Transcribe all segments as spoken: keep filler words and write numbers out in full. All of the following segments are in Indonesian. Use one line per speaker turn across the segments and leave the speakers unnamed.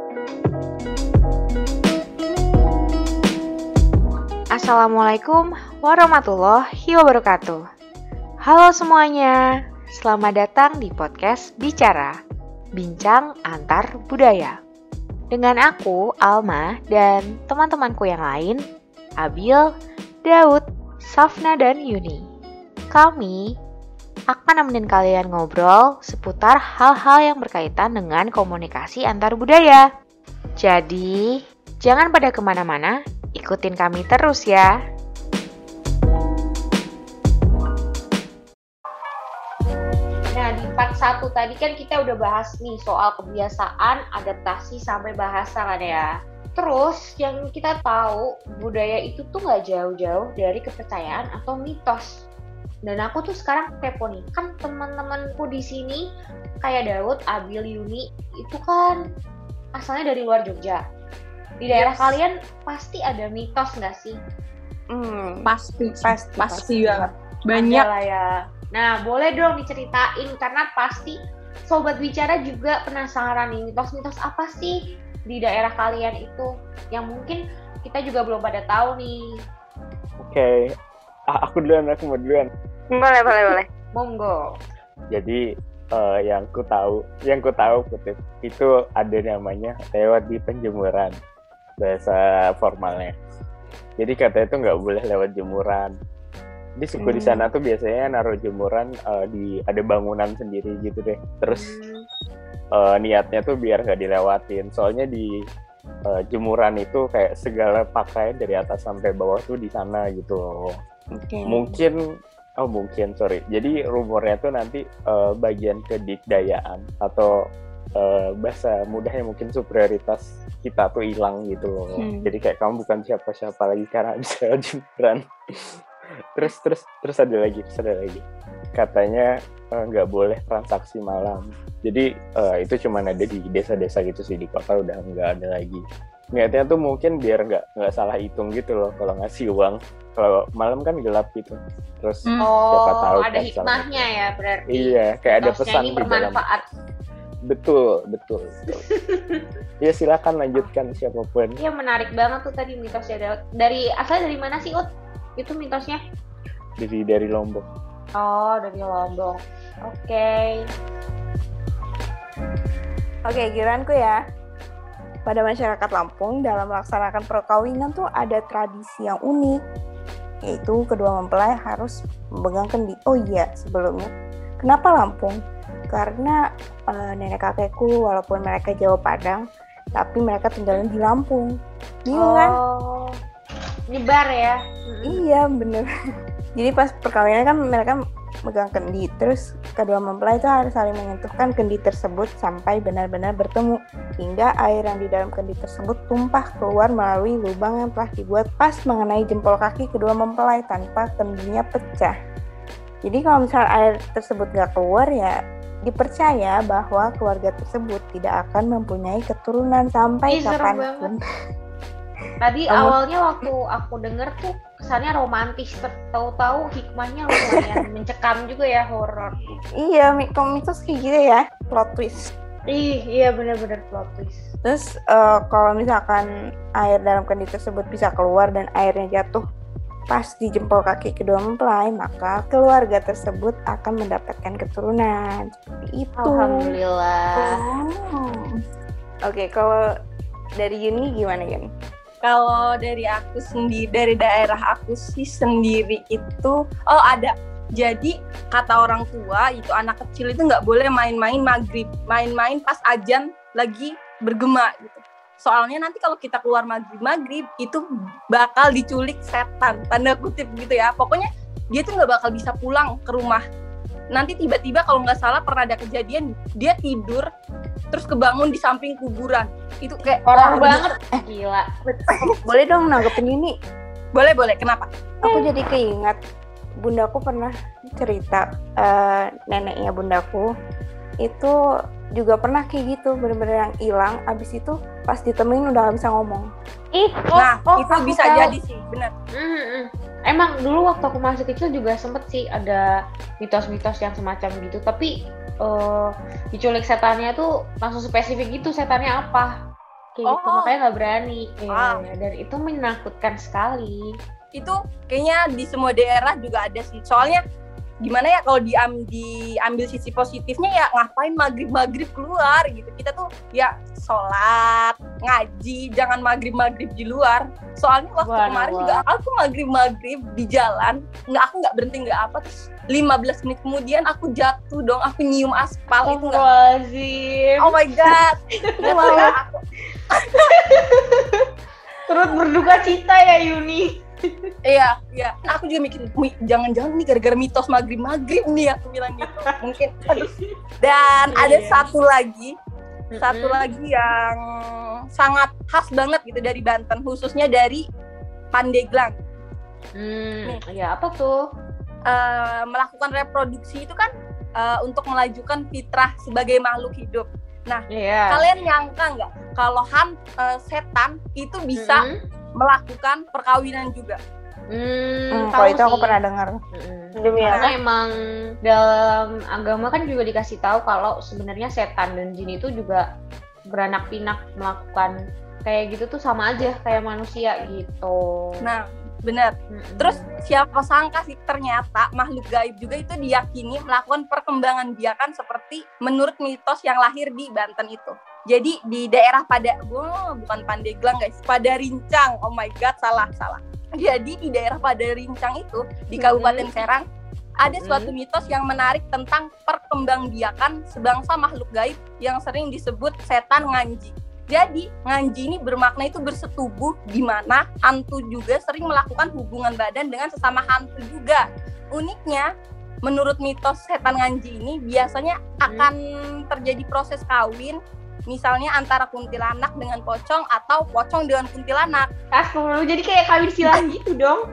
Assalamualaikum warahmatullahi wabarakatuh. Halo semuanya, selamat datang di podcast Bicara, Bincang Antar Budaya. Dengan aku, Alma, dan teman-temanku yang lain, Abil, Daud, Safna, dan Yuni. Kami akan nemenin kalian ngobrol seputar hal-hal yang berkaitan dengan komunikasi antar budaya. Jadi, jangan pada kemana-mana, ikutin kami terus ya. Nah, di part satu tadi kan kita udah bahas nih soal kebiasaan, adaptasi, sampai bahasa kan ya. Terus yang kita tahu, budaya itu tuh gak jauh-jauh dari kepercayaan atau mitos. Dan aku tuh sekarang kepo nih, kan teman-temanku di sini kayak Daud, Abil, Yuni, itu kan asalnya dari luar Jogja. Di daerah yes. kalian pasti ada mitos nggak sih?
Hmm, pasti, pasti, pasti banget. Banyak
lah ya. Nah, boleh dong diceritain karena pasti sobat bicara juga penasaran nih mitos-mitos apa sih di daerah kalian itu yang mungkin kita juga belum pada tahu nih.
Oke, okay. ah, aku duluan, aku mau duluan.
Boleh, boleh, boleh. Monggo.
Jadi uh, yang ku tahu, yang ku tahu kutip itu ada namanya lewat di penjemuran. Bahasa formalnya. Jadi katanya itu nggak boleh lewat jemuran. Di suku hmm. di sana tuh biasanya naruh jemuran uh, di ada bangunan sendiri gitu deh. Terus hmm. uh, niatnya tuh biar nggak dilewatin. Soalnya di uh, jemuran itu kayak segala pakaian dari atas sampai bawah tuh di sana gitu. Okay. Mungkin oh mungkin sorry. Jadi rumornya tuh nanti uh, bagian kedikdayaan atau Uh, bahasa mudahnya mungkin superioritas kita tuh hilang gitu loh. Hmm. Jadi kayak kamu bukan siapa-siapa lagi karena bisa jemuran. terus terus terus ada lagi, terus ada lagi. Katanya nggak uh, boleh transaksi malam. Jadi uh, itu cuma ada di desa-desa gitu sih, di kota udah nggak ada lagi. Niatnya tuh mungkin biar nggak nggak salah hitung gitu loh kalau ngasih uang. Kalau malam kan gelap gitu. Terus
hmm.
siapa tahu
oh, ada hikmahnya ya berarti.
Iya, kayak ada pesan
di dalam.
Betul, betul, betul. Ya silakan lanjutkan siapapun.
Iya menarik banget tuh tadi mitosnya. Dari asalnya dari mana sih Ut? Itu mitosnya?
Dari dari Lombok.
Oh dari Lombok. Oke. Okay.
Oke, okay, giliranku ya. Pada masyarakat Lampung dalam melaksanakan perkawinan tuh ada tradisi yang unik, yaitu kedua mempelai harus memegang kendi. Oh iya sebelumnya, kenapa Lampung? Karena uh, nenek kakekku walaupun mereka Jawa Padang, tapi mereka tinggalnya di Lampung. Bingung kan?
Oh, nyebar ya?
Iya bener. Jadi pas perkawinan kan mereka megang kendi, terus kedua mempelai itu harus saling menyentuhkan kendi tersebut sampai benar-benar bertemu, hingga air yang di dalam kendi tersebut tumpah keluar melalui lubang yang telah dibuat pas mengenai jempol kaki kedua mempelai tanpa kendinya pecah. Jadi kalau misalnya air tersebut nggak keluar ya dipercaya bahwa keluarga tersebut tidak akan mempunyai keturunan sampai kapanpun.
Tadi awalnya waktu aku denger tuh kesannya romantis, tahu-tahu hikmahnya lumayan mencekam juga ya, horor.
Iya, mitos kayak gitu ya, plot twist.
Ih, iya benar-benar plot twist.
Terus uh, kalau misalkan air dalam kendi tersebut bisa keluar dan airnya jatuh pas di jempol kaki kedua mempelai, maka keluarga tersebut akan mendapatkan keturunan. Seperti itu.
Alhamdulillah.
Oh. Oke, okay, kalau dari Yuni gimana Yuni?
Kalau dari aku sendiri, dari daerah aku sih sendiri itu, oh ada. Jadi kata orang tua itu anak kecil itu nggak boleh main-main maghrib, main-main pas azan lagi bergema gitu. Soalnya nanti kalau kita keluar maghrib-maghrib itu bakal diculik setan, tanda kutip gitu ya. Pokoknya dia tuh nggak bakal bisa pulang ke rumah. Nanti tiba-tiba kalau nggak salah pernah ada kejadian dia tidur terus kebangun di samping kuburan. Itu kayak
horor banget. Eh, gila.
Boleh dong nanggepin ini?
Boleh, boleh. Kenapa?
Aku jadi keingat bundaku pernah cerita, uh, neneknya bundaku itu juga pernah kayak gitu, bener-bener yang hilang, abis itu pas ditemuin udah gak bisa ngomong.
Ih, oh,
nah
oh,
itu bisa tahu. Jadi sih, bener.
Mm-hmm. Emang dulu waktu aku masih kecil juga sempet sih ada mitos-mitos yang semacam gitu, tapi uh, diculik setannya tuh langsung spesifik gitu setannya apa. kayak gitu,
Oh.
makanya nggak berani. Iya,
Ah.
dan itu menakutkan sekali.
Itu kayaknya di semua daerah juga ada sih. Soalnya gimana ya, kalau diam, diambil sisi positifnya ya ngapain maghrib-maghrib keluar gitu. Kita tuh ya sholat, ngaji, jangan maghrib-maghrib di luar. Soalnya waktu
Wah,
kemarin
wah.
juga aku maghrib-maghrib di jalan, nggak aku nggak berhenti nggak apa, terus lima belas menit kemudian aku jatuh dong, aku nyium aspal itu nggak.
Astagfirullahaladzim.
Oh my god. Nggak tahu ya, aku
Turut berduka cita ya Yuni.
Iya, iya. Nah, aku juga mikir, "Wih, jangan-jangan nih gara-gara mitos maghrib-maghrib nih aku bilang gitu." Mungkin. Aduh. Dan ada
Iya.
satu lagi, satu
Mm-mm.
lagi yang sangat khas banget gitu dari Banten, khususnya dari Pandeglang.
Hmm, ya apa tuh?
Eh, melakukan reproduksi itu kan eh, untuk melajukan fitrah sebagai makhluk hidup.
Iya.
Kalian nyangka nggak kalau han eh, setan itu bisa
Mm-mm.
melakukan perkawinan juga?
Hmm,
Hmm,
tahu
kalau itu aku
sih.
pernah dengar.
Mm-mm.
Demi
Karena
apa?
emang dalam agama kan juga dikasih tahu kalau sebenarnya setan dan jin itu juga beranak pinak melakukan kayak gitu tuh sama aja kayak manusia gitu.
Nah, benar.
Mm-mm.
Terus siapa sangka sih ternyata makhluk gaib juga itu diyakini melakukan perkembangan biakan seperti menurut mitos yang lahir di Banten itu. Jadi di daerah pada, oh, bukan Pandeglang guys, Padarincang. Oh my god, salah, salah. Jadi di daerah Padarincang itu di Kabupaten
Mhm.
Serang ada
Mhm.
suatu mitos yang menarik tentang perkembangbiakan sebangsa makhluk gaib yang sering disebut setan nganji. Jadi nganji ini bermakna itu bersetubuh, di mana hantu juga sering melakukan hubungan badan dengan sesama hantu juga. Uniknya, menurut mitos setan nganji ini biasanya akan terjadi proses kawin, misalnya antara kuntilanak dengan pocong atau pocong dengan kuntilanak.
Astagfirullah, jadi kayak kawin silang gitu dong.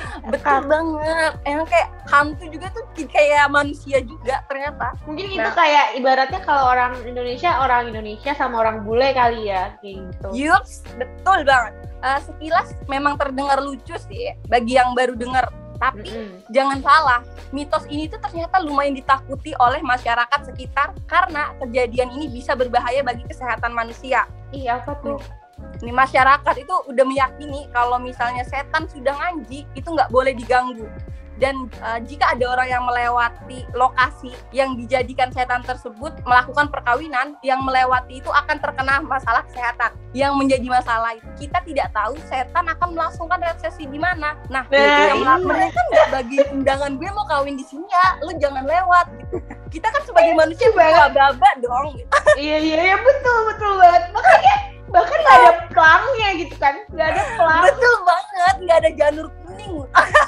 Betul banget. Emang kayak hantu juga tuh kayak manusia juga ternyata.
Mungkin itu
Nah.
kayak ibaratnya kalau orang Indonesia, orang Indonesia sama orang bule kali ya, kayak gitu.
Yups, betul banget. Eh, sekilas memang terdengar lucu sih bagi yang baru dengar. Tapi
Mm-mm.
jangan salah, mitos ini tuh ternyata lumayan ditakuti oleh masyarakat sekitar karena kejadian ini bisa berbahaya bagi kesehatan manusia.
Ih, apa tuh?
Nih, masyarakat itu udah meyakini kalau misalnya setan sudah nganji itu nggak boleh diganggu. Dan uh, jika ada orang yang melewati lokasi yang dijadikan setan tersebut melakukan perkawinan, yang melewati itu akan terkena masalah kesehatan. Yang menjadi masalah itu kita tidak tahu setan akan melangsungkan resepsi di mana. Nah,
Nah,
yang
iya.
mereka nggak bagi undangan, gue mau kawin di sini ya, lu jangan lewat. Gitu. Kita kan sebagai manusia baba dong. Gitu.
Iya, iya, iya, betul, betul banget. Makanya bahkan nggak ada pelangnya gitu kan, nggak ada pelang.
Betul banget, nggak ada janur kuning.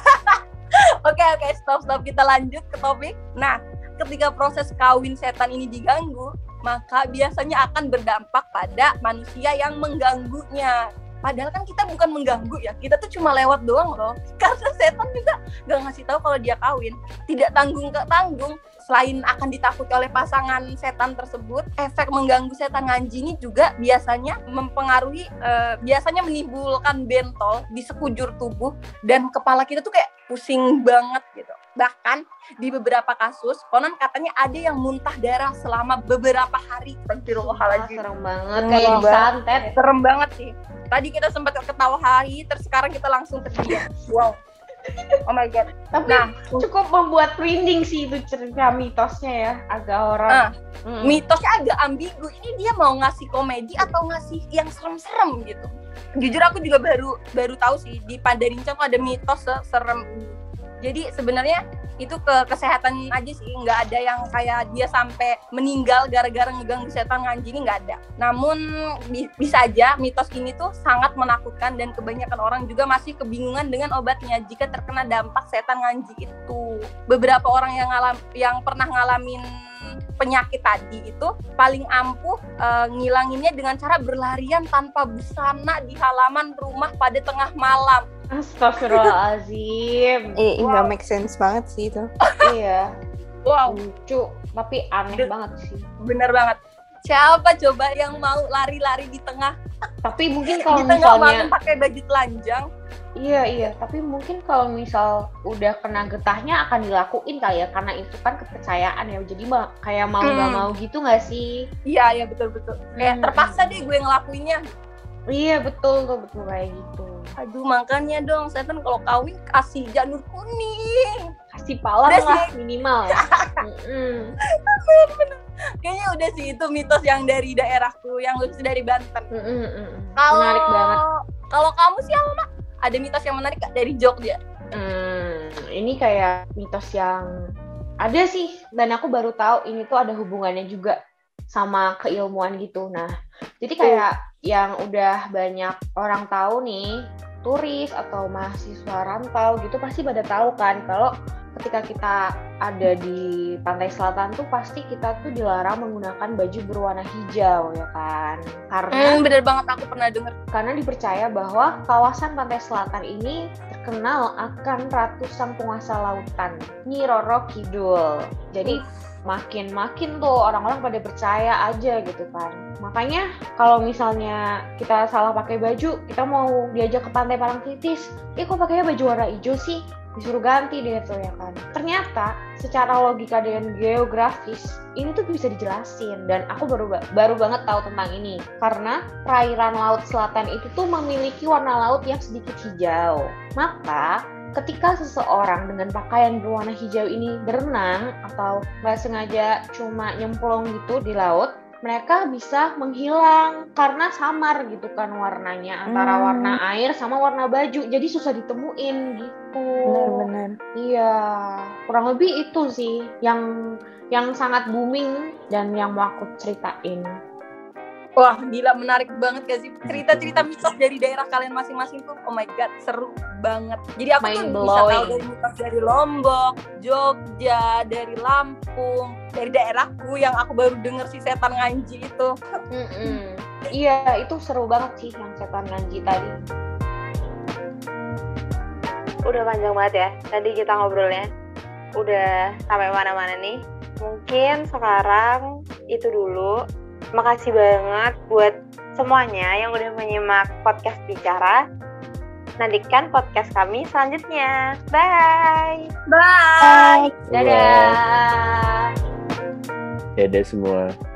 Oke oke stop stop kita lanjut ke topik. Nah, ketika proses kawin setan ini diganggu, maka biasanya akan berdampak pada manusia yang mengganggunya. Padahal kan kita bukan mengganggu ya, kita tuh cuma lewat doang loh. Karena setan juga nggak ngasih tahu kalau dia kawin, tidak tanggung ke tanggung. Selain akan ditakuti oleh pasangan setan tersebut, efek mengganggu setan nganji ini juga biasanya mempengaruhi, eh, biasanya menimbulkan bentol di sekujur tubuh dan kepala kita tuh kayak pusing banget gitu. Bahkan di beberapa kasus, konon katanya ada yang muntah darah selama beberapa hari. Astagfirullahaladzim.
Serem banget,
Serem
kayak
banget.
disantet.
Serem banget sih. Tadi kita sempat ketawa hari, terus sekarang kita langsung terdiam. Wow. Oh my god.
Tapi
Nah,
cukup membuat merinding sih itu cerita mitosnya ya, agak horor.
Ah,
Hmm.
mitosnya agak ambigu. Ini dia mau ngasih komedi atau ngasih yang serem-serem gitu. Jujur aku juga baru baru tahu sih di Pandarincang tuh ada mitos serem ini. Jadi sebenarnya itu ke kesehatan aja sih, nggak ada yang kayak dia sampai meninggal gara-gara ngeganggu setan nganji, ini nggak ada. Namun bi- bisa aja mitos ini tuh sangat menakutkan dan kebanyakan orang juga masih kebingungan dengan obatnya jika terkena dampak setan nganji itu. Beberapa orang yang ngalam yang pernah ngalamin penyakit tadi itu paling ampuh eh, ngilanginnya dengan cara berlarian tanpa busana di halaman rumah pada tengah malam.
Astagfirullahaladzim.
Eh,
Wow.
nggak make sense banget sih itu.
Iya,
Wow,
lucu, tapi aneh
Duh.
banget sih.
bener banget. Siapa coba yang mau lari-lari di tengah
Tapi mungkin
di
kalau
tengah
misalnya
malam pakai baju telanjang?
Iya iya, tapi mungkin kalau misal udah kena getahnya akan dilakuin kali ya, karena itu kan kepercayaan ya, jadi mah kayak mau nggak
Hmm.
mau gitu nggak sih?
Iya iya betul betul. Kayak
Hmm.
terpaksa deh gue ngelakuinnya.
Iya betul tuh, betul kayak gitu.
Aduh makanya dong setan kalau kawin kasih janur kuning.
Kasih palang
Udah
lah
sih.
minimal ya. Mm-mm.
Kayaknya udah sih itu mitos yang dari daerahku, yang lucu dari Banten.
Mm-mm, mm-mm.
Kalau
Menarik banget.
Kalau kamu sih Alma, ada mitos yang menarik gak dari Jogja?
Hmm, ini kayak mitos yang ada sih, dan aku baru tahu ini tuh ada hubungannya juga sama keilmuan gitu. Nah, jadi kayak yang udah banyak orang tahu nih, turis atau mahasiswa rantau gitu pasti pada tahu kan kalau ketika kita ada di pantai selatan tuh pasti kita tuh dilarang menggunakan baju berwarna hijau ya kan, karena
Hmm, bener banget aku pernah denger.
karena dipercaya bahwa kawasan pantai selatan ini terkenal akan ratu sang penguasa lautan, Nyi Roro Kidul. Jadi makin-makin tuh orang-orang pada percaya aja gitu kan. Makanya kalau misalnya kita salah pakai baju, kita mau diajak ke pantai Parangtritis, eh kok pakainya baju warna hijau sih? Disuruh ganti deh tuh ya kan. Ternyata secara logika dan geografis ini tuh bisa dijelasin, dan aku baru baru banget tahu tentang ini karena perairan laut selatan itu tuh memiliki warna laut yang sedikit hijau. Maka ketika seseorang dengan pakaian berwarna hijau ini berenang atau nggak sengaja cuma nyemplung gitu di laut, mereka bisa menghilang karena samar gitu kan warnanya antara
Hmm.
warna air sama warna baju, jadi susah ditemuin gitu.
Benar-benar.
Iya, kurang lebih itu sih yang yang sangat booming dan yang mau aku ceritain.
Wah gila menarik banget gak sih cerita-cerita mitos dari daerah kalian masing-masing tuh. Oh my god seru banget. Jadi aku tuh
Mind
bisa tahu
blowing.
dari mitos dari Lombok, Jogja, dari Lampung, dari daerahku yang aku baru denger si setan Nganji itu.
Mm-mm. Iya, itu seru banget sih yang setan Nganji tadi.
Udah panjang banget ya tadi kita ngobrolnya. Udah sampai mana-mana nih. Mungkin sekarang itu dulu. Makasih banget buat semuanya yang udah menyimak podcast Bicara. Nantikan podcast kami selanjutnya. Bye!
Bye!
Dadah.
Dadah semua.